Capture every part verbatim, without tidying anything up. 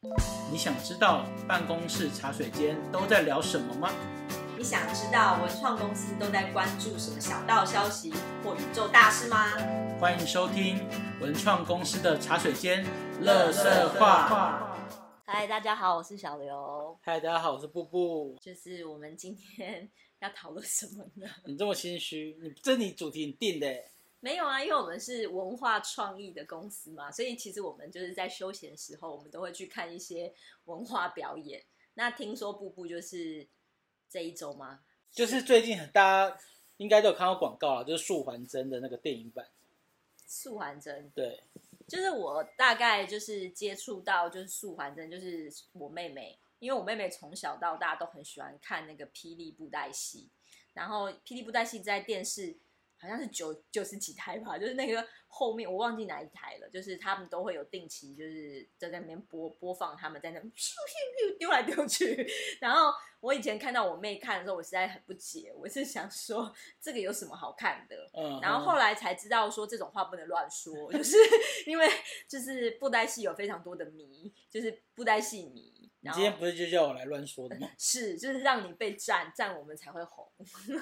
你想知道办公室茶水间都在聊什么吗？ 你想知道文创公司都在关注什么小道消息或宇宙大事吗？ 欢迎收听文创公司的茶水间垃圾话。 嗨，大家好，我是小刘。 嗨，大家好，我是布布。 就是我们今天要讨论什么呢？ 你这么心虚，你这你主题你定的耶。 没有啊，因为我们是文化创意的公司嘛，所以其实我们就是在休闲时候，我们都会去看一些文化表演。那听说布布就是这一周吗？ 就是最近大家应该都有看到广告啦，就是素还真的那个电影版。 素还真， 对， 就是我大概就是接触到就是素还真，就是我妹妹，因为我妹妹从小到大都很喜欢看那个霹雳布袋戏，然后霹雳布袋戏在电视好像是九九十几台吧，就是那个后面我忘记哪一台了，就是他们都会有定期就是在那边播播放，他们在那边丢来丢去。然后我以前看到我妹看的时候，我实在很不解，我是想说这个有什么好看的？ 嗯， 然后后来才知道说这种话不能乱说，就是因为就是布袋戏有非常多的迷，就是布袋戏迷。 你今天不是就叫我来乱说的吗？ 是，就是让你被赞，赞我们才会红。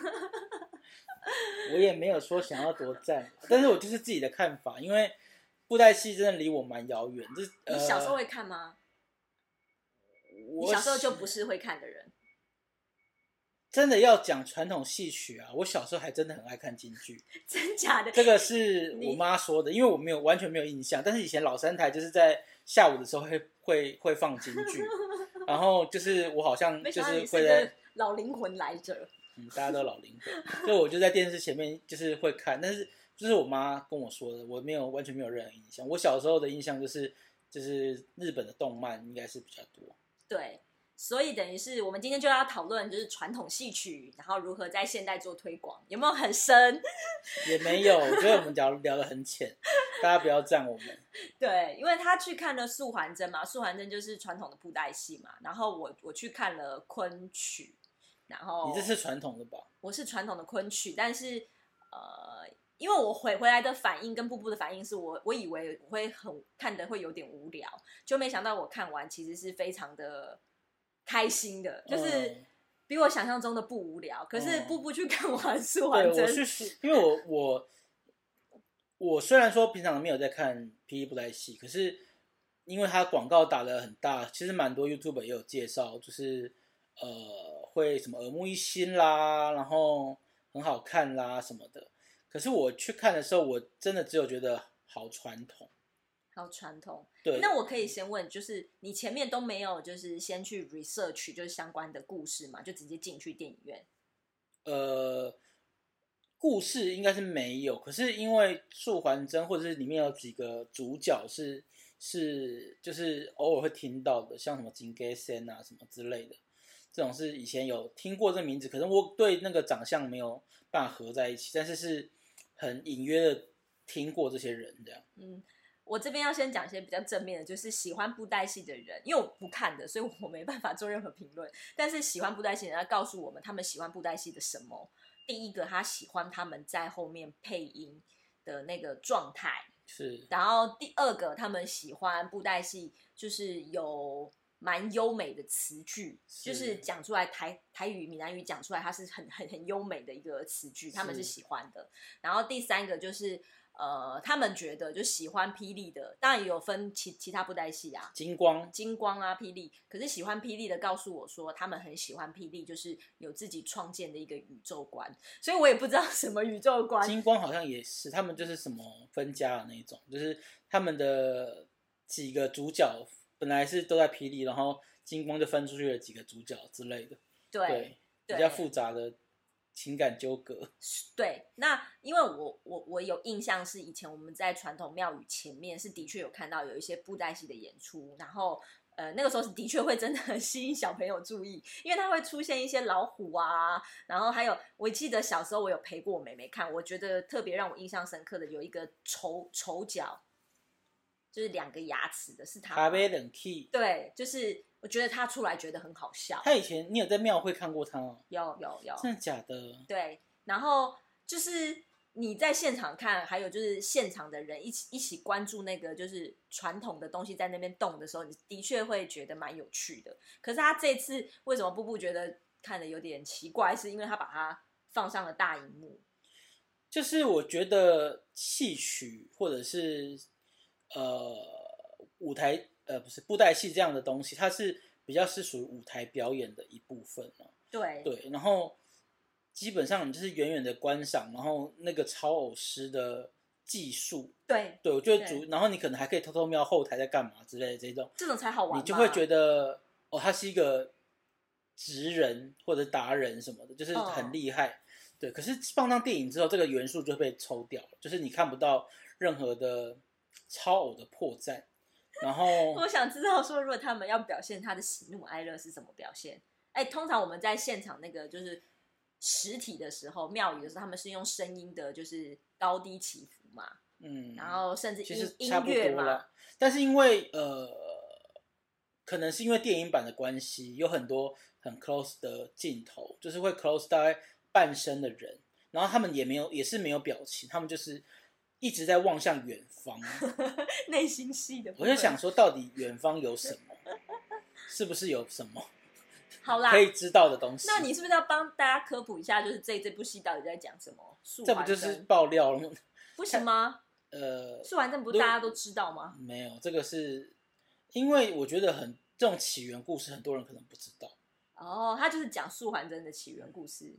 我也没有说想要多赞，但是我就是自己的看法，因为布袋戏真的离我蛮遥远。就是你小时候会看吗？ 我你小时候就不是会看的人。 真的要讲传统戏曲啊，我小时候还真的很爱看京剧。 真假的？ 这个是我妈说的，因为我没有完全没有印象。但是以前老三台就是在下午的时候会会会放京剧，然后就是我好像就是会在老灵魂来着。 嗯，大家都老灵魂，所以我就在电视前面就是会看，但是就是我妈跟我说的，我没有完全没有任何印象。我小时候的印象就是就是日本的动漫应该是比较多。 对，所以等于是我们今天就要讨论就是传统戏曲，然后如何在现代做推广，有没有很深？ 也没有，我觉得我们聊聊得很浅，大家不要赞我们。 对，因为他去看了素还真嘛，素还真就是传统的布袋戏嘛，然后我我去看了昆曲。然后你这是传统的吧？ 我是传统的昆曲，但是呃，因为我回回来的反应跟布布的反应是我我以为我会很看的会有点无聊，就没想到我看完其实是非常的开心的，就是比我想象中的不无聊。可是布布去看完素还真， 对，我是因为我我我虽然说平常没有在看霹雳布袋戏，可是因为它广告打得很大，其实蛮多 YouTube 也有介绍，就是呃。会什么耳目一新啦，然后很好看啦什么的。可是我去看的时候，我真的只有觉得好传统， 好传统。 对， 那我可以先问，就是你前面都没有就是先去 research 就是相关的故事嘛，就直接进去电影院？ 呃，故事应该是没有，可是因为素还真或者是里面有几个主角是是就是偶尔会听到的，像什么金鸡仙啊什么之类的。这种是以前有听过这名字，可是我对那个长相没有办法合在一起，但是是很隐约的听过这些人这样。 嗯，我这边要先讲一些比较正面的，就是喜欢布袋戏的人，因为我不看的，所以我没办法做任何评论。但是喜欢布袋戏的人要告诉我们，他们喜欢布袋戏的什么？第一个，他喜欢他们在后面配音的那个状态， 是。 然后第二个，他们喜欢布袋戏，就是有蛮优美的词句，是就是讲出来台台语、闽南语讲出来，它是很很很优美的一个词句，他们是喜欢的。然后第三个就是呃，他们觉得就喜欢霹雳的，当然也有分其其他布袋戏啊， 金光、 金光啊、霹雳。可是喜欢霹雳的告诉我说，他们很喜欢霹雳，就是有自己创建的一个宇宙观。所以我也不知道什么宇宙观。 金光好像也是，他们就是什么分家的那一种，就是他们的几个主角。本来是都在霹雳，然后金光就分出去了几个主角之类的， 对， 对，比较复杂的情感纠葛。 对，那因为我我我有印象是以前我们在传统庙宇前面是的确有看到有一些布袋戏的演出，然后呃那个时候是的确会真的很吸引小朋友注意，因为它会出现一些老虎啊，然后还有我记得小时候我有陪过我妹妹看，我觉得特别让我印象深刻的有一个丑丑角。就是两个牙齿的是他， 卡贝冷气， 对，就是我觉得他出来觉得很好笑。 他以前你有在庙会看过他哦？ 有有有， 真的假的？ 对，然后就是你在现场看，还有就是现场的人一起一起关注那个就是传统的东西在那边动的时候，你的确会觉得蛮有趣的。可是他这次为什么布布觉得看的有点奇怪，是因为他把它放上了大荧幕。 就是我觉得戏曲或者是呃舞台呃不是布袋戏这样的东西，它是比较是属于舞台表演的一部分啊。 对对，然后基本上你就是远远的观赏，然后那个超偶师的技术， 对对我觉得主，然后你可能还可以偷偷瞄后台在干嘛之类的这种， 这种才好玩嘛， 你就会觉得哦，他是一个职人或者达人什么的，就是很厉害。嗯对，可是放上电影之后，这个元素就被抽掉了，就是你看不到任何的超偶的破绽。然后我想知道说，如果他们要表现他的喜怒哀乐是怎么表现？哎，通常我们在现场那个就是实体的时候，庙宇的时候，他们是用声音的，就是高低起伏嘛，嗯，然后甚至音音乐嘛。 但是因为呃，可能是因为电影版的关系，有很多很 close 的镜头，就是会 close 大概半身的人，然后他们也没有，也是没有表情，他们就是一直在望向远方， 内心戏的部分。 我就想说，到底远方有什么？是不是有什么？ 好啦， 可以知道的东西。 那你是不是要帮大家科普一下，就是这这部戏到底在讲什么？ 这不就是爆料了吗？ 不行吗？呃，素还真不是大家都知道吗？ 没有，这个是因为我觉得很这种起源故事，很多人可能不知道。 哦，他就是讲素还真的起源故事。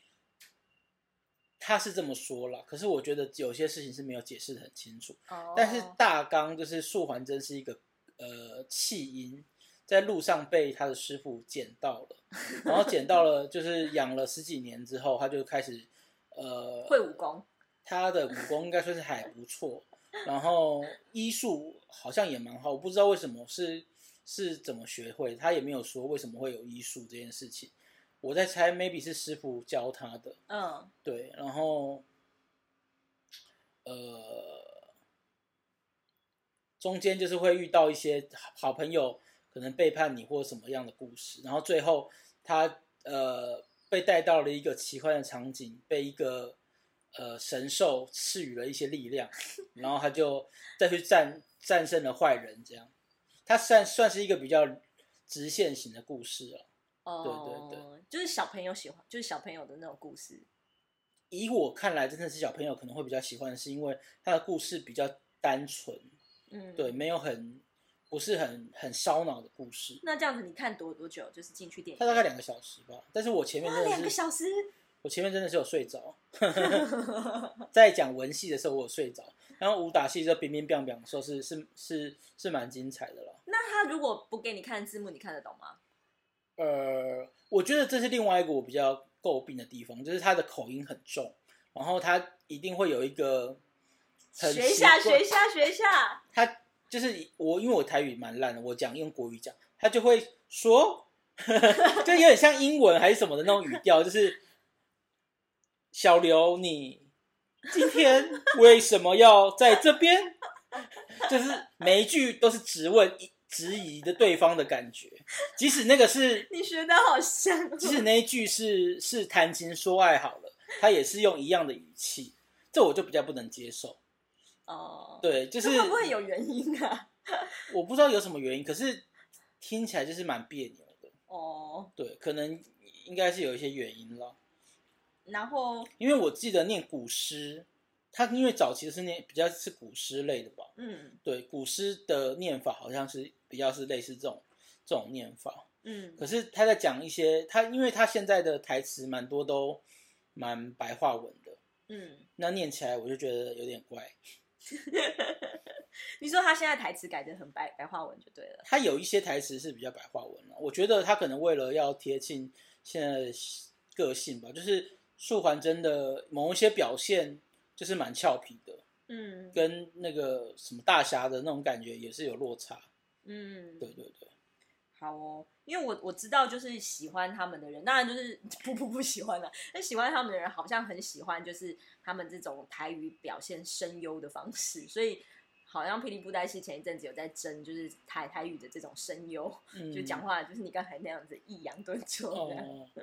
他是这么说啦，可是我觉得有些事情是没有解释得很清楚。 哦、 但是大纲就是素还真是一个呃弃婴，在路上被他的师傅捡到了，然后捡到了就是养了十几年之后，他就开始呃会武功， 他的武功应该算是还不错，然后医术好像也蛮好，我不知道为什么是是怎么学会，他也没有说为什么会有医术这件事情。我在猜 maybe 是师傅教他的，嗯，对，然后，呃，中间就是会遇到一些好朋友可能背叛你或什么样的故事，然后最后他呃被带到了一个奇幻的场景，被一个呃神兽赐予了一些力量，然后他就再去战战胜了坏人，这样，他算算是一个比较直线型的故事了。哦，对对对， 就是小朋友喜欢，就是小朋友的那种故事。 以我看来，真的是小朋友可能会比较喜欢，是因为他的故事比较单纯，嗯，对，没有很不是很很烧脑的故事。 那这样子你看多多久？就是进去电影？ 他大概两个小时吧，但是我前面真的是两个小时， 我前面真的是有睡着，在讲文戏的时候我有睡着，然后武打戏就冰冰冰冰的时候是是是是蛮精彩的啦。 那他如果不给你看字幕，你看得懂吗？ 呃，我觉得这是另外一个我比较诟病的地方，就是他的口音很重，然后他一定会有一个很学一下学一下学一下， 他就是我，因为我台语蛮烂的，我讲用国语讲，他就会说，就有点像英文还是什么的那种语调，就是小刘，你今天为什么要在这边？就是每一句都是质问。质疑的对方的感觉，即使那个是你学的好像、哦， 即使那一句是是谈情说爱好了，他也是用一样的语气，这我就比较不能接受。哦，对，就是会不会有原因啊？ 我不知道有什么原因，可是听起来就是蛮别扭的。哦，对，可能应该是有一些原因了。 然后， 因为我记得念古诗。他因为早期是念比较是古诗类的吧，嗯，对，古诗的念法好像是比较是类似这种这种念法，嗯，可是他在讲一些他，因为他现在的台词蛮多都蛮白话文的，嗯，那念起来我就觉得有点怪。 你说他现在台词改得很白白话文就对了， 他有一些台词是比较白话文了，我觉得他可能为了要贴近现在的个性吧，就是素还真的某一些表现。就是蛮俏皮的，嗯，跟那个什么大侠的那种感觉也是有落差，嗯，对对对， 好哦，因为我我知道就是喜欢他们的人，当然就是不不不喜欢了，但喜欢他们的人好像很喜欢就是他们这种台语表现声优的方式，所以好像霹雳布袋戏前一阵子有在争，就是台台语的这种声优，嗯、就讲话就是你刚才那样子抑扬顿挫的。哦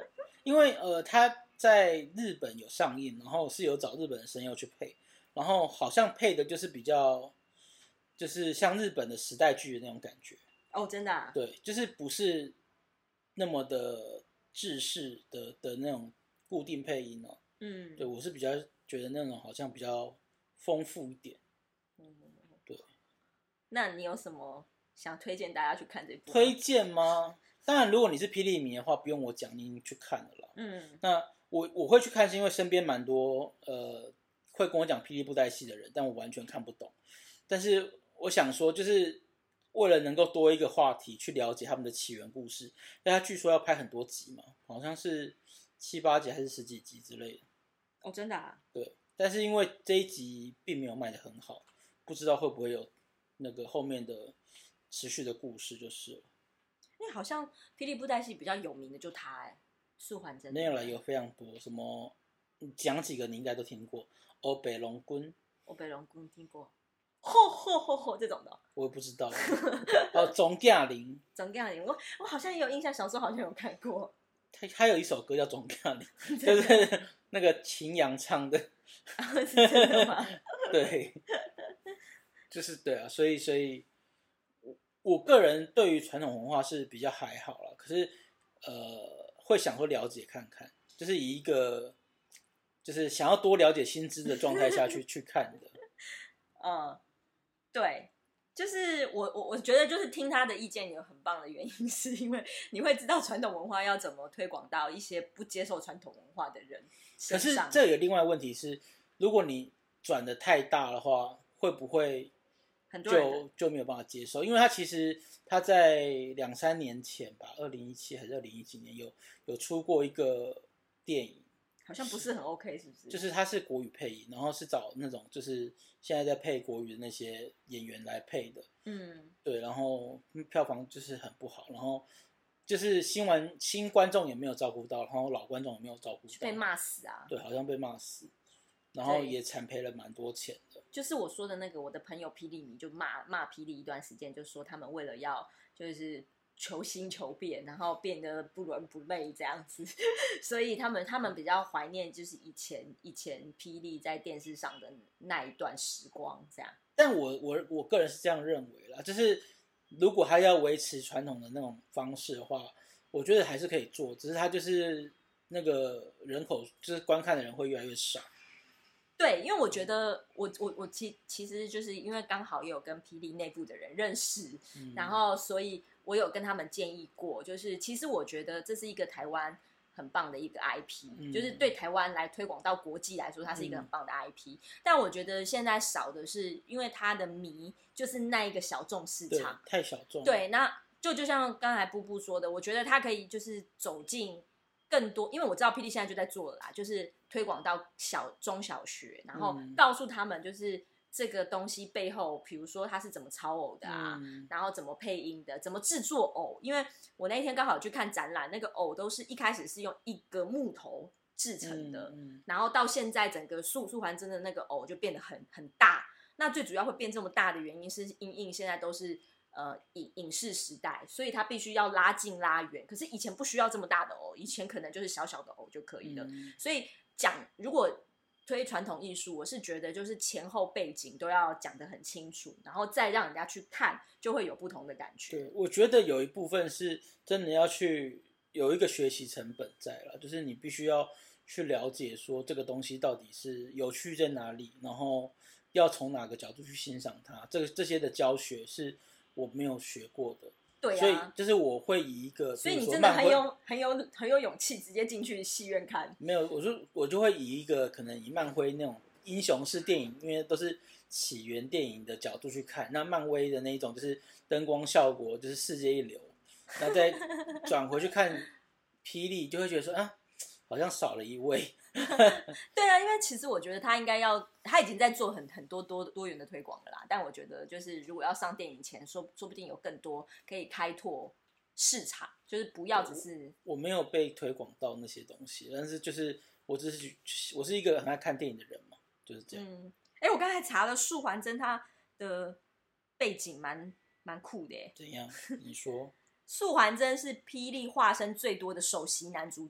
因为呃，他在日本有上映，然后是有找日本的声优去配，然后好像配的就是比较，就是像日本的时代剧的那种感觉。 哦，真的啊？ 对，就是不是那么的制式的的那种固定配音哦。 嗯， 对，我是比较觉得那种好像比较丰富一点。 嗯， 对。 那你有什么想推荐大家去看这部？ 推荐吗？当然，如果你是霹雳迷的话，不用我讲，你已经去看了啦。 嗯， 那我我会去看，是因为身边蛮多呃会跟我讲霹雳布袋戏的人，但我完全看不懂。但是我想说，就是为了能够多一个话题去了解他们的起源故事，因为他据说要拍很多集嘛，好像是七八集还是十几集之类的。 哦，真的啊？ 对，但是因为这一集并没有卖得很好，不知道会不会有那个后面的持续的故事就是了。 因为好像霹雳布袋戏比较有名的就他哎，素还真。 没有了，有非常多什么，讲几个你应该都听过，欧北龙君， 欧北龙君听过，吼吼吼吼这种的， 我也不知道。哦，钟嘉玲， 总这样，我我好像也有印象，小时候好像有看过。 他他有一首歌叫《钟嘉玲》，就是那个秦阳唱的。 是真的吗？ 对，就是对啊，所以所以我，我个人对于传统文化是比较还好啦，可是呃，会想说了解看看，就是以一个就是想要多了解新知的状态下去去看的。 嗯，对，就是我我我觉得就是听他的意见有很棒的原因，是因为你会知道传统文化要怎么推广到一些不接受传统文化的人可是身上。 这有另外问题是，如果你转的太大的话，会不会很多人就就没有办法接受？因为他其实他在两三年前吧，二零一七还是二零一几年有有出过一个电影， 好像不是很 OK， 是不是？ 就是他是国语配音，然后是找那种就是现在在配国语的那些演员来配的。 嗯， 对，然后票房就是很不好，然后就是新玩新观众也没有照顾到，然后老观众也没有照顾到， 被骂死啊！ 对，好像被骂死，然后也惨赔了蛮多钱的。 就是我说的那个，我的朋友霹雳迷就骂骂霹雳一段时间，就说他们为了要就是求新求变，然后变得不伦不类这样子，所以他们他们比较怀念就是以前以前霹雳在电视上的那一段时光这样。 但我我我个人是这样认为啦，就是如果他要维持传统的那种方式的话，我觉得还是可以做，只是他就是那个人口就是观看的人会越来越少。 对，因为我觉得我我我其其实就是因为刚好也有跟霹雳内部的人认识，嗯、然后所以我有跟他们建议过，就是其实我觉得这是一个台湾很棒的一个 I P，、嗯、就是对台湾来推广到国际来说，它是一个很棒的 I P、嗯。但我觉得现在少的是，因为它的迷就是那一个小众市场， 太小众。 对，那就就像刚才布布说的，我觉得它可以就是走进更多，因为我知道霹雳现在就在做了啦，就是推广到小中小学，然后告诉他们就是这个东西背后，比如说它是怎么操偶的啊、嗯，然后怎么配音的，怎么制作偶。因为我那一天刚好去看展览，那个偶都是一开始是用一个木头制成的，嗯嗯、然后到现在整个素素还真的那个偶就变得很很大。那最主要会变这么大的原因是因应现在都是呃影影视时代，所以它必须要拉近拉远。可是以前不需要这么大的偶，以前可能就是小小的偶就可以了。嗯、所以讲如果推传统艺术，我是觉得就是前后背景都要讲得很清楚，然后再让人家去看，就会有不同的感觉。 对，我觉得有一部分是真的要去有一个学习成本在了，就是你必须要去了解说这个东西到底是有趣在哪里，然后要从哪个角度去欣赏它。这个这些的教学是我没有学过的。 对啊， 所以就是我会以一个， 所以你真的很有很有很有勇气，直接进去戏院看。 没有，我就我就会以一个可能以漫威那种英雄式电影，因为都是起源电影的角度去看。那漫威的那一种就是灯光效果就是世界一流，那再转回去看霹雳，就会觉得说啊，好像少了一位。 对啊，因为其实我觉得他应该要，他已经在做很很多多多元的推广了啦。但我觉得就是如果要上电影前，说说不定有更多可以开拓市场，就是不要只是我, 我没有被推广到那些东西，但是就是我只是我是一个很爱看电影的人嘛，就是这样。 嗯，哎，我刚才查了素还真他的背景蛮蛮酷的耶。 怎样？你说？ 素还真是霹雳化身最多的首席男主角。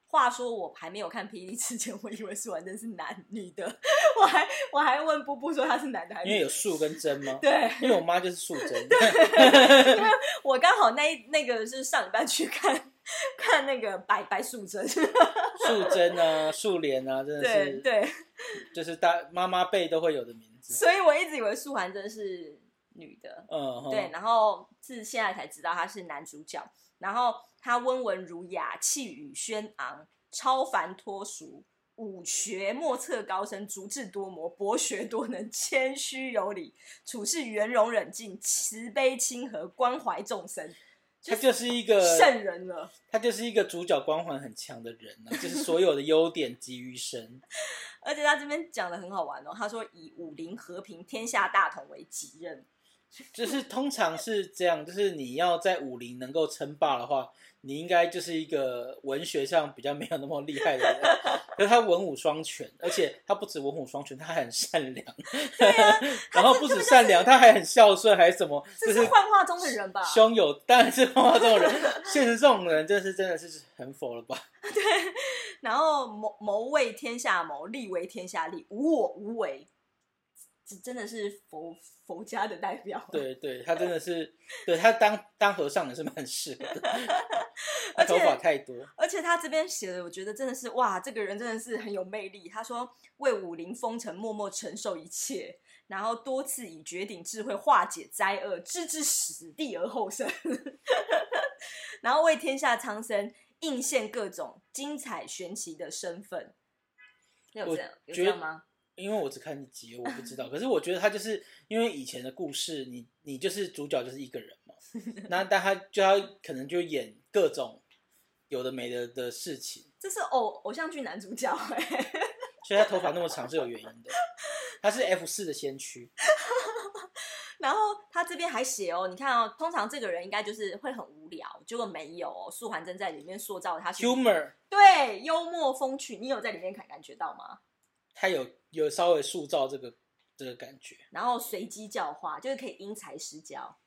话说我还没有看霹雳之前，我以为素还真是男女的，我还我还问布布说他是男的还是女的， 因为有素跟真吗？ 对， 因为我妈就是素真。 因为我刚好那那个是上礼拜去看看那个白白素贞，素真啊，素莲啊，真的是对对， 就是大妈妈辈都会有的名字。 所以我一直以为素还真是女的， 嗯， 对，然后是现在才知道他是男主角，然后他温文儒雅，气宇轩昂，超凡脱俗，武学莫测高深，足智多谋，博学多能，谦虚有礼，处事圆融冷静，慈悲亲和，关怀众生。 他就是一个圣人了， 他就是一个主角光环很强的人啊，就是所有的优点集于身。 而且他这边讲的很好玩哦，他说以武林和平天下大同为己任， 就是通常是这样，就是你要在武林能够称霸的话，你应该就是一个文学上比较没有那么厉害的人，可是他文武双全，而且他不止文武双全，他还很善良。 对啊， 然后不止善良，他还很孝顺，还什么？ 这是幻化中的人吧？ 兄友当然是幻化中的人，现实这种人真是真的是很佛了吧？ 对，然后谋谋为天下谋，利为天下利，无我无为，这真的是佛佛家的代表。 对对，他真的是，对他当当和尚也是蛮适合的，他头发太多。 而且他这边写的，我觉得真的是哇，这个人真的是很有魅力。他说为武林风尘默默承受一切，然后多次以绝顶智慧化解灾厄，置之死地而后生，然后为天下苍生映现各种精彩玄奇的身份。有这样有这样吗？ 因为我只看一集，我不知道。可是我觉得他就是因为以前的故事，你你就是主角就是一个人嘛，那但他就要可能就演各种有的没的的事情。 这是偶偶像剧男主角哎、欸， 所以他头发那么长是有原因的。他是 F 四 的先驱。 然后他这边还写哦，你看哦，通常这个人应该就是会很无聊，结果没有哦。素还真在里面塑造他是 humor， 对，幽默风趣，你有在里面感感觉到吗？ 他有有稍微塑造这个这个感觉， 然后随机教化，就是可以因材施教，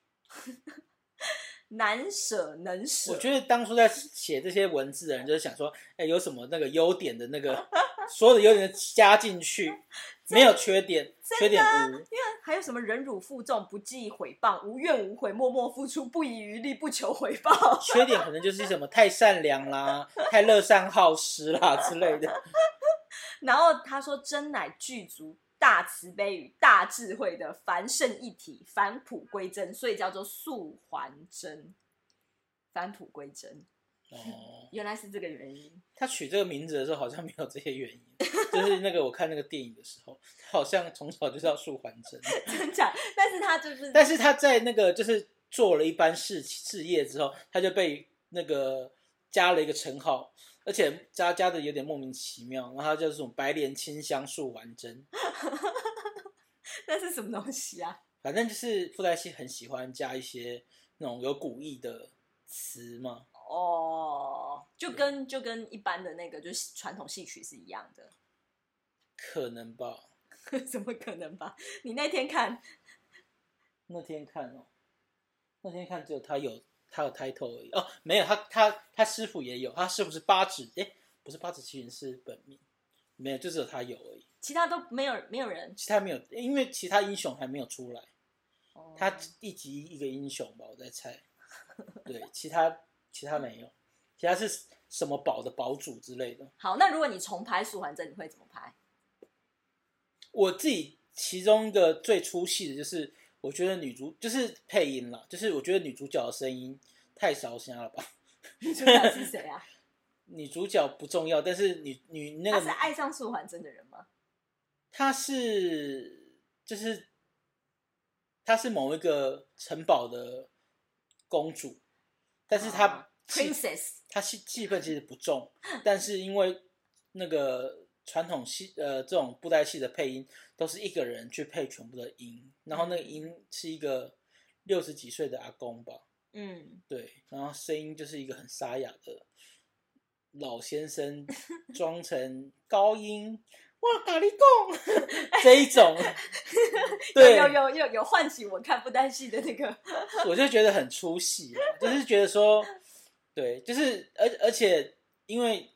难舍能舍。 我觉得当初在写这些文字的人，就是想说，哎，有什么那个优点的那个，所有的优点加进去，没有缺点，缺点无。 因为还有什么忍辱负重，不计毁谤，无怨无悔，默默付出，不遗余力，不求回报。 缺点可能就是什么太善良啦，太乐善好施啦之类的。 然后他说，真乃具足大慈悲与大智慧的凡圣一体，返璞归真，所以叫做素还真。返璞归真， 哦， 原来是这个原因。 他取这个名字的时候好像没有这些原因，就是那个我看那个电影的时候，他好像从小就叫素还真， 真假？但是他就是， 但是他在那个就是做了一番事事业之后，他就被那个加了一个称号。而且加加的有点莫名其妙，然后它叫这种白莲清香素还真， 那是什么东西啊？ 反正就是布袋戏很喜欢加一些那种有古意的词嘛。 哦，就跟就跟一般的那个就是传统戏曲是一样的， 可能吧？ 怎么可能吧？你那天看， 那天看哦，那天看只有他有。他有 title 而已哦，没有他他他师傅也有，他师傅是八指，哎，不是八指奇云是本名，没有，就只有他有而已， 其他都没有没有人， 其他没有，因为其他英雄还没有出来， 哦、 他一集一个英雄吧，我在猜，对，其他其他没有，其他是什么宝的宝主之类的。 好，那如果你重拍素还真，你会怎么拍？ 我自己其中一个最出戏的就是。我觉得女主就是配音啦，就是我觉得女主角的声音太烧瞎了吧？ 女主角是谁啊？ 女主角不重要，但是女女那个她是爱上素还真的人吗？ 她是就是她是某一个城堡的公主，但是她、 哦、princess， 她戏戏份其实不重，但是因为那个。传统戏呃这种布袋戏的配音都是一个人去配全部的音，然后那个音是一个六十几岁的阿公吧， 嗯， 对，然后声音就是一个很沙哑的老先生装成高音，哇咖喱贡这一种，对， 有有有有唤起我看布袋戏的那个， 我就觉得很出戏，就是觉得说，对，就是而而且因为。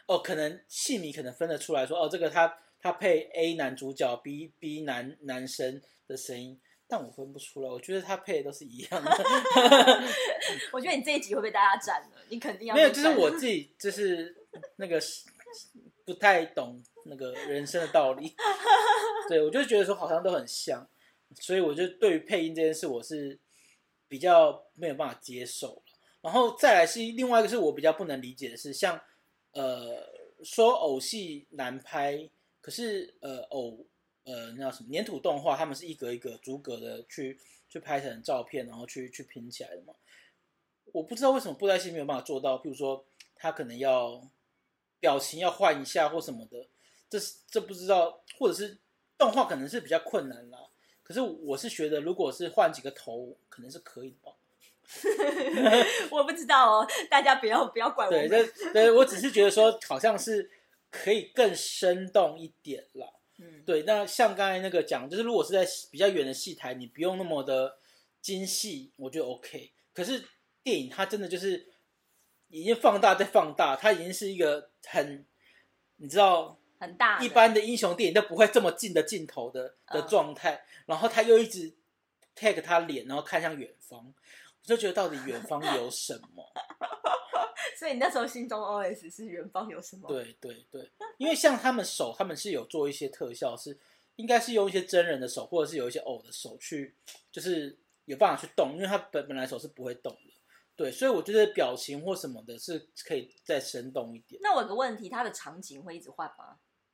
哦，可能戏迷可能分得出来说，哦，这个他他配 A 男主角 B B 男男生的声音，但我分不出来，我觉得他配的都是一样的。 我觉得你这一集会被大家斩了，你肯定要没有，就是我自己就是那个不太懂那个人生的道理，对我就觉得说好像都很像，所以我就对于配音这件事我是比较没有办法接受了。然后再来是另外一个是我比较不能理解的是，像呃说偶戏难拍，可是呃偶呃那叫什么粘土动画，他们是一格一格逐格的去去拍成照片，然后去去拼起来的嘛。我不知道为什么布袋戏没有办法做到，譬如说他可能要表情要换一下或什么的，这这不知道，或者是动画可能是比较困难啦。可是我是觉得，如果是换几个头，可能是可以的吧。 我不知道哦，大家不要不要怪我们。 对，对，对，我只是觉得说，好像是可以更生动一点啦。嗯，对。那像刚才那个讲，就是如果是在比较远的戏台，你不用那么的精细，我觉得 OK。可是电影它真的就是已经放大再放大，它已经是一个很，你知道， 很大， 一般的英雄电影都不会这么近的镜头的的状态，嗯、然后他又一直 take 他脸，然后看向远方。我就觉得到底远方有什么？ 所以你那时候心中 O S 是远方有什么？ 对对对，因为像他们手，他们是有做一些特效，是应该是用一些真人的手，或者是有一些偶的手去，就是有办法去动，因为他本本来手是不会动的。对，所以我觉得表情或什么的是可以再生动一点。 那我有个问题，它的场景会一直换吗？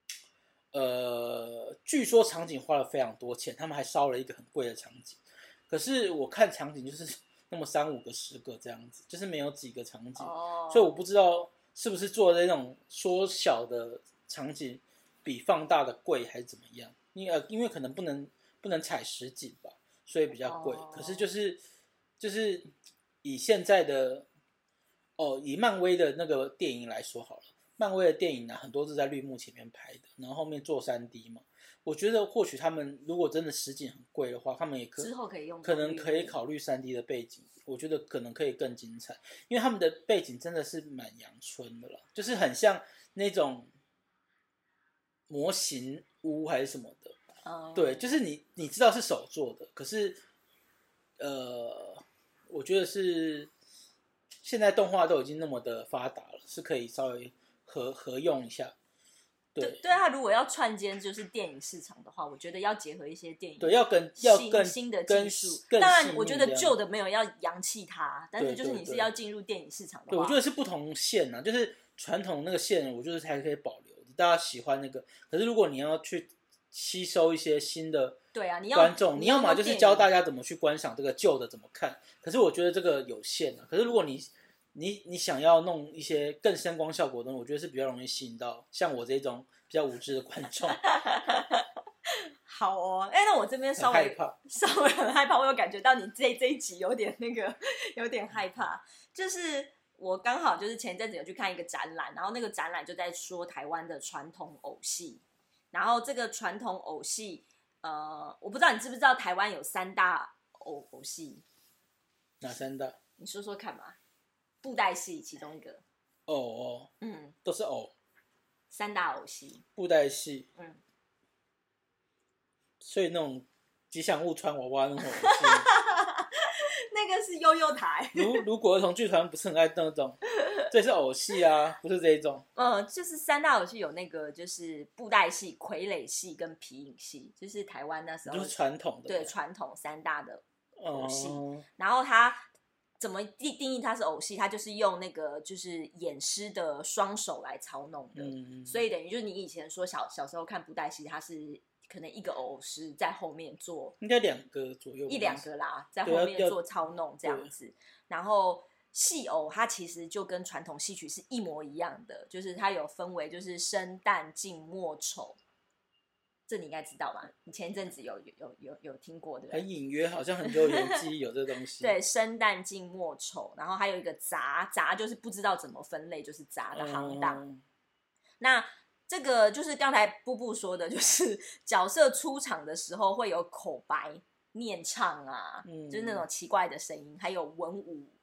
呃，据说场景花了非常多钱，他们还烧了一个很贵的场景。可是我看场景就是那么三五个、十个这样子，就是没有几个场景，哦、所以我不知道是不是做的那种缩小的场景比放大的贵还是怎么样。因为因为可能不能不能采实景吧，所以比较贵。哦、可是就是就是以现在的哦，以漫威的那个电影来说好了，漫威的电影呢，很多是在绿幕前面拍的，然后后面做 三 D 嘛。我觉得或许他们如果真的实景很贵的话，他们也可之后可以用， 可能可以考虑 三 D 的背景，我觉得可能可以更精彩，因为他们的背景真的是蛮阳春的啦，就是很像那种模型屋还是什么的，嗯、对，就是你你知道是手做的，可是呃，我觉得是现在动画都已经那么的发达了，是可以稍微合合用一下。对， 对啊，如果要串接就是电影市场的话，我觉得要结合一些电影， 对，要跟要更新的技术。当然，我觉得旧的没有要扬弃它，但是就是你是要进入电影市场的话， 对，我觉得是不同线啊，就是传统那个线，我觉得还可以保留，大家喜欢那个。可是如果你要去吸收一些新的对啊，你要观众， 你要么就是教大家怎么去观赏这个旧的怎么看。可是我觉得这个有限啊。可是如果你你你想要弄一些更声光效果的东西，我觉得是比较容易吸引到像我这种比较无知的观众。 好哦，哎，那我这边稍微稍微很害怕，我有感觉到你这这一集有点那个有点害怕，就是我刚好就是前阵子有去看一个展览，然后那个展览就在说台湾的传统偶戏，然后这个传统偶戏，呃，我不知道你知不知道台湾有三大偶偶戏， 哪三大？ 你说说看嘛。布袋戏其中一个， 偶哦，嗯，都是偶， 三大偶戏， 布袋戏，嗯，所以那种吉祥物穿娃娃那种偶戏， 那个是悠悠台。 如如果儿童剧团不是很爱那种，这是偶戏啊，不是这一种。 嗯，就是三大偶戏有那个就是布袋戏、傀儡戏跟皮影戏，就是台湾那时候就是传统的， 对传统三大的偶戏，嗯、然后它。怎么定义它是偶戏？它就是用那个就是演师的双手来操弄的，嗯、所以等于就是你以前说小小时候看布袋戏，它是可能一个偶师在后面做， 应该两个左右， 一两个啦，在后面做操弄这样子。然后戏偶它其实就跟传统戏曲是一模一样的，就是它有分为就是生旦净末丑。这你应该知道吧？你前一阵子有有有有听过对不对？ 很隐约，好像很久以前记忆有这东西。 对，生旦净末丑，然后还有一个杂，杂就是不知道怎么分类，就是杂的行当。嗯、那这个就是刚才布布说的，就是角色出场的时候会有口白、念唱啊，嗯、就是那种奇怪的声音，还有文武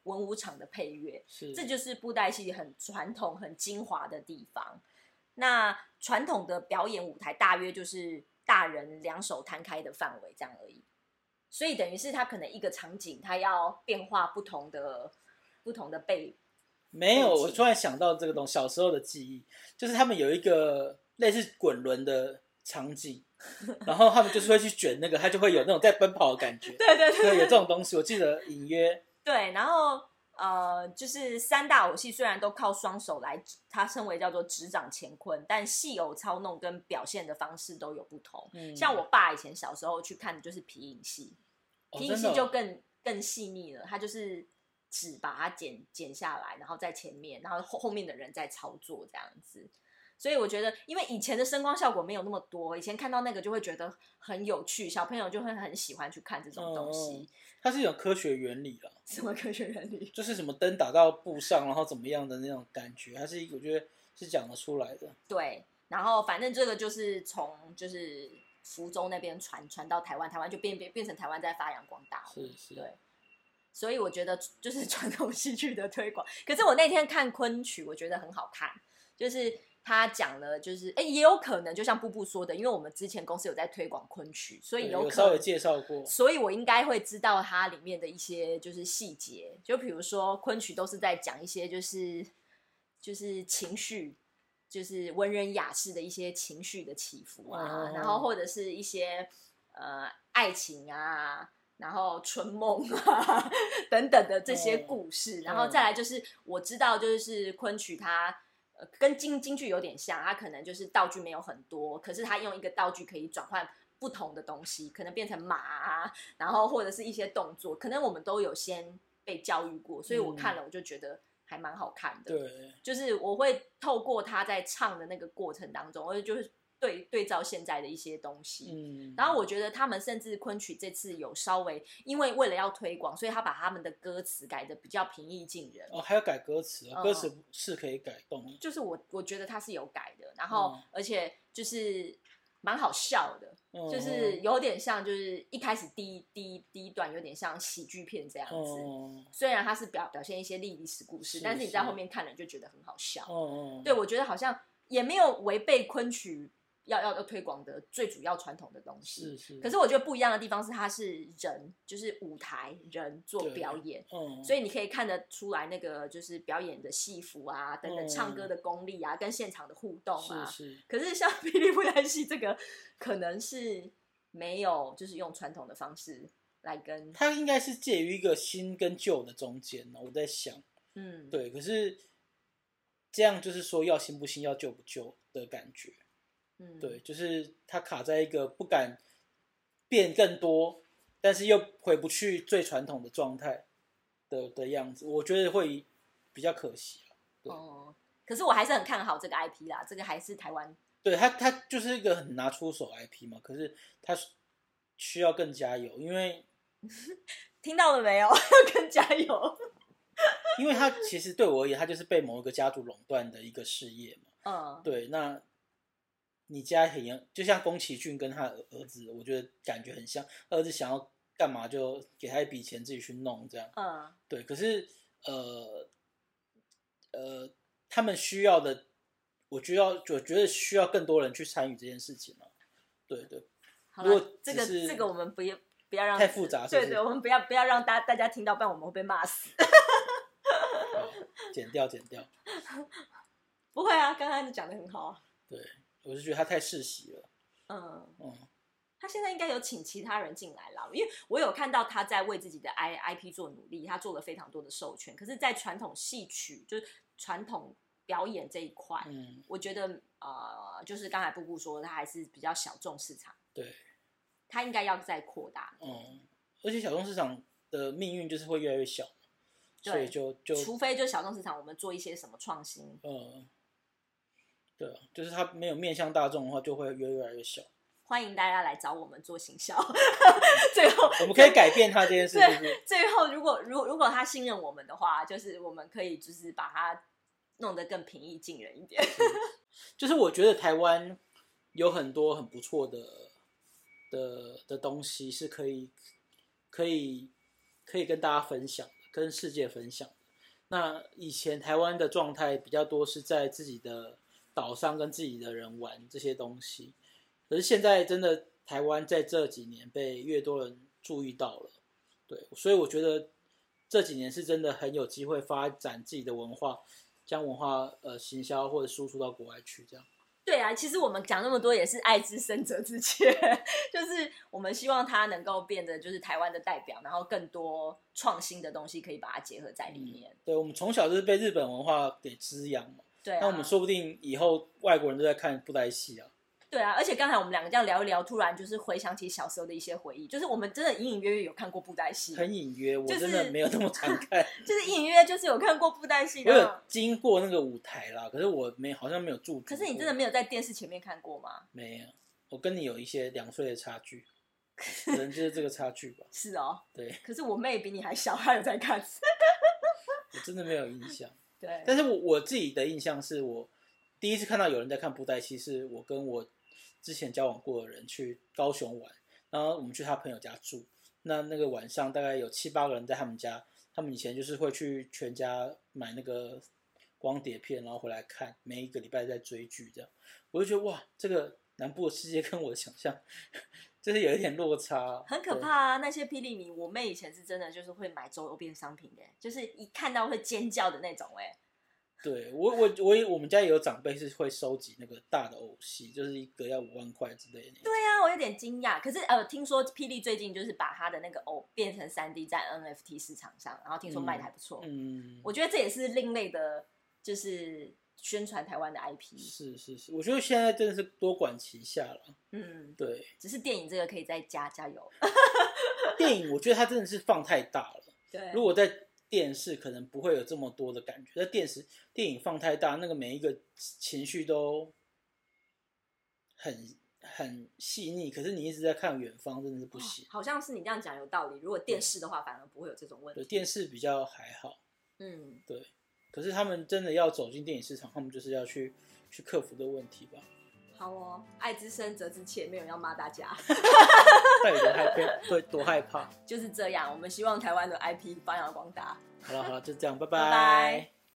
文武场的配乐， 是这就是布袋戏很传统、很精华的地方。那传统的表演舞台大约就是大人两手摊开的范围这样而已，所以等于是他可能一个场景，他要变化不同的不同的背。 没有，我突然想到这个东西，小时候的记忆，就是他们有一个类似滚轮的场景，然后他们就是会去卷那个，他就会有那种在奔跑的感觉。 对对 对, 对，有这种东西，我记得隐约。 对，然后呃，就是三大偶戏虽然都靠双手来，它称为叫做执掌乾坤，但戏偶操弄跟表现的方式都有不同。嗯、像我爸以前小时候去看的就是皮影戏，皮影戏就更、哦、更细腻了，它就是纸把它剪剪下来，然后在前面，然后后后面的人在操作这样子。所以我觉得，因为以前的声光效果没有那么多，以前看到那个就会觉得很有趣，小朋友就会很喜欢去看这种东西。 嗯、它是一种科学原理啦。 什么科学原理？ 就是什么灯打到布上，然后怎么样的那种感觉，它是我觉得是讲得出来的。 对，然后反正这个就是从就是福州那边传传到台湾，台湾就变变变成台湾在发扬光大。 是是。 对。所以我觉得就是传统戏剧的推广。可是我那天看昆曲，我觉得很好看，就是他讲了，就是哎，也有可能就像布布说的，因为我们之前公司有在推广昆曲，所以有可能有稍微介绍过， 所以我应该会知道它里面的一些就是细节，就比如说昆曲都是在讲一些就是就是情绪，就是文人雅士的一些情绪的起伏啊，嗯、然后或者是一些呃爱情啊。然后春梦啊等等的这些故事，嗯、然后再来就是我知道就是昆曲它、呃、跟京京剧有点像，它可能就是道具没有很多，可是它用一个道具可以转换不同的东西，可能变成马啊，然后或者是一些动作，可能我们都有先被教育过，所以我看了我就觉得还蛮好看的。 对， 就是我会透过他在唱的那个过程当中，我就是对对照现在的一些东西，嗯，然后我觉得他们甚至昆曲这次有稍微，因为为了要推广，所以他把他们的歌词改得比较平易近人。 哦，还要改歌词、哦嗯，歌词是可以改动。 就是我我觉得他是有改的，然后、嗯、而且就是蛮好笑的、嗯，就是有点像就是一开始第一第一第一段有点像喜剧片这样子，嗯、虽然他是表表现一些历史故事，是但是你在后面看了就觉得很好笑。嗯、对，我觉得好像也没有违背昆曲。要要要推广的最主要传统的东西， 是是。 可是我觉得不一样的地方是，它是人，就是舞台人做表演，嗯，所以你可以看得出来那个就是表演的戏服啊，等等，唱歌的功力啊，嗯、跟现场的互动啊， 是是。 可是像霹雳布袋戏这个，可能是没有，就是用传统的方式来跟。 它应该是介于一个新跟旧的中间呢，我在想，嗯，对，可是这样就是说要新不新，要旧不旧的感觉。嗯、对，就是他卡在一个不敢变更多，但是又回不去最传统的状态 的, 的样子，我觉得会比较可惜啊。对、哦， 可是我还是很看好这个 I P 啦，这个还是台湾。 对，他他就是一个很拿出手 I P 嘛，可是他需要更加油，因为听到了没有？要更加油。 因为他其实对我而言，他就是被某一个家族垄断的一个事业嘛。嗯，对，那。你家很严，就像宫崎骏跟他儿子，我觉得感觉很像。儿子想要干嘛就给他一笔钱自己去弄，这样。嗯，对。可是呃呃，他们需要的，我觉得我觉得需要更多人去参与这件事情了。对对。 好了，这个这个我们不要不要让太复杂是不是， 对对，我们不要不要让大大家听到，不然我们会被骂死。 剪掉剪掉。 不会啊，刚刚讲得很好啊。 对。我是觉得他太世袭了， 嗯嗯，他现在应该有请其他人进来了，因为我有看到他在为自己的 I I P 做努力，他做了非常多的授权，可是，在传统戏曲就是传统表演这一块，嗯，我觉得呃，就是刚才布布说，他还是比较小众市场， 对， 他应该要再扩大， 嗯，而且小众市场的命运就是会越来越小，所以就就除非就小众市场我们做一些什么创新， 嗯。对啊，就是它没有面向大众的话，就会越越来越小。 欢迎大家来找我们做行销，最后我们可以改变它这件事情。 对，最后如果如如果他信任我们的话，就是我们可以就是把它弄得更平易近人一点。 就是我觉得台湾有很多很不错的的的东西是可以可以可以跟大家分享的， 跟世界分享。那以前台湾的状态比较多是在自己的岛上跟自己的人玩这些东西，可是现在真的台湾在这几年被越多人注意到了，对，所以我觉得这几年是真的很有机会发展自己的文化，将文化呃行销或者输出到国外去，这样。 对啊，其实我们讲那么多也是爱之深责之切，就是我们希望它能够变得就是台湾的代表，然后更多创新的东西可以把它结合在里面。 嗯、对，我们从小就是被日本文化给滋养嘛， 对啊， 那我们说不定以后外国人都在看布袋戏啊。 对啊，而且刚才我们两个这样聊一聊，突然就是回想起小时候的一些回忆，就是我们真的隐隐约约有看过布袋戏， 很隐约，我真的没有那么常看， 就是隐隐约约就是有看过布袋戏的， 我有经过那个舞台啦，可是我没好像没有驻足。 可是你真的没有在电视前面看过吗？ 没有，我跟你有一些两岁的差距，可能就是这个差距吧。 是哦， 对。 可是我妹比你还小，她有在看， 我真的没有印象。 对， 但是我我自己的印象是我第一次看到有人在看布袋戏，是我跟我之前交往过的人去高雄玩，然后我们去他朋友家住。那那个晚上大概有七八个人在他们家，他们以前就是会去全家买那个光碟片，然后回来看，每一个礼拜在追剧这样。我就觉得哇，这个南部的世界跟我的想象就是有一点落差， 很可怕啊！那些霹雳迷，我妹以前是真的就是会买周边商品的，就是一看到会尖叫的那种哎。 对，我我我也我们家也有长辈是会收集那个大的偶戏，就是一个要五万块之类的。 对啊，我有点惊讶。可是呃，听说霹雳最近就是把他的那个偶变成 三 D 在 N F T 市场上，然后听说卖的还不错。 嗯， 我觉得这也是另类的，就是宣传台湾的 I P。 是是是，我觉得现在真的是多管齐下了。 嗯， 对。 只是电影这个可以再加加油。 电影我觉得它真的是放太大了。 对。 如果在电视可能不会有这么多的感觉，在电视电影放太大，那个每一个情绪都很很细腻，可是你一直在看远方，真的是不行。 哦、好像是你这样讲有道理。如果电视的话，反而不会有这种问题。 对，电视比较还好。 嗯， 对。可是他们真的要走进电影市场，他们就是要去去克服的问题吧。 好哦，爱之深责之切，没有人要骂大家。 到底多害怕？对，多害怕？ 就是这样。我们希望台湾的 I P 发扬光大。 好了好了，就这样，拜拜拜。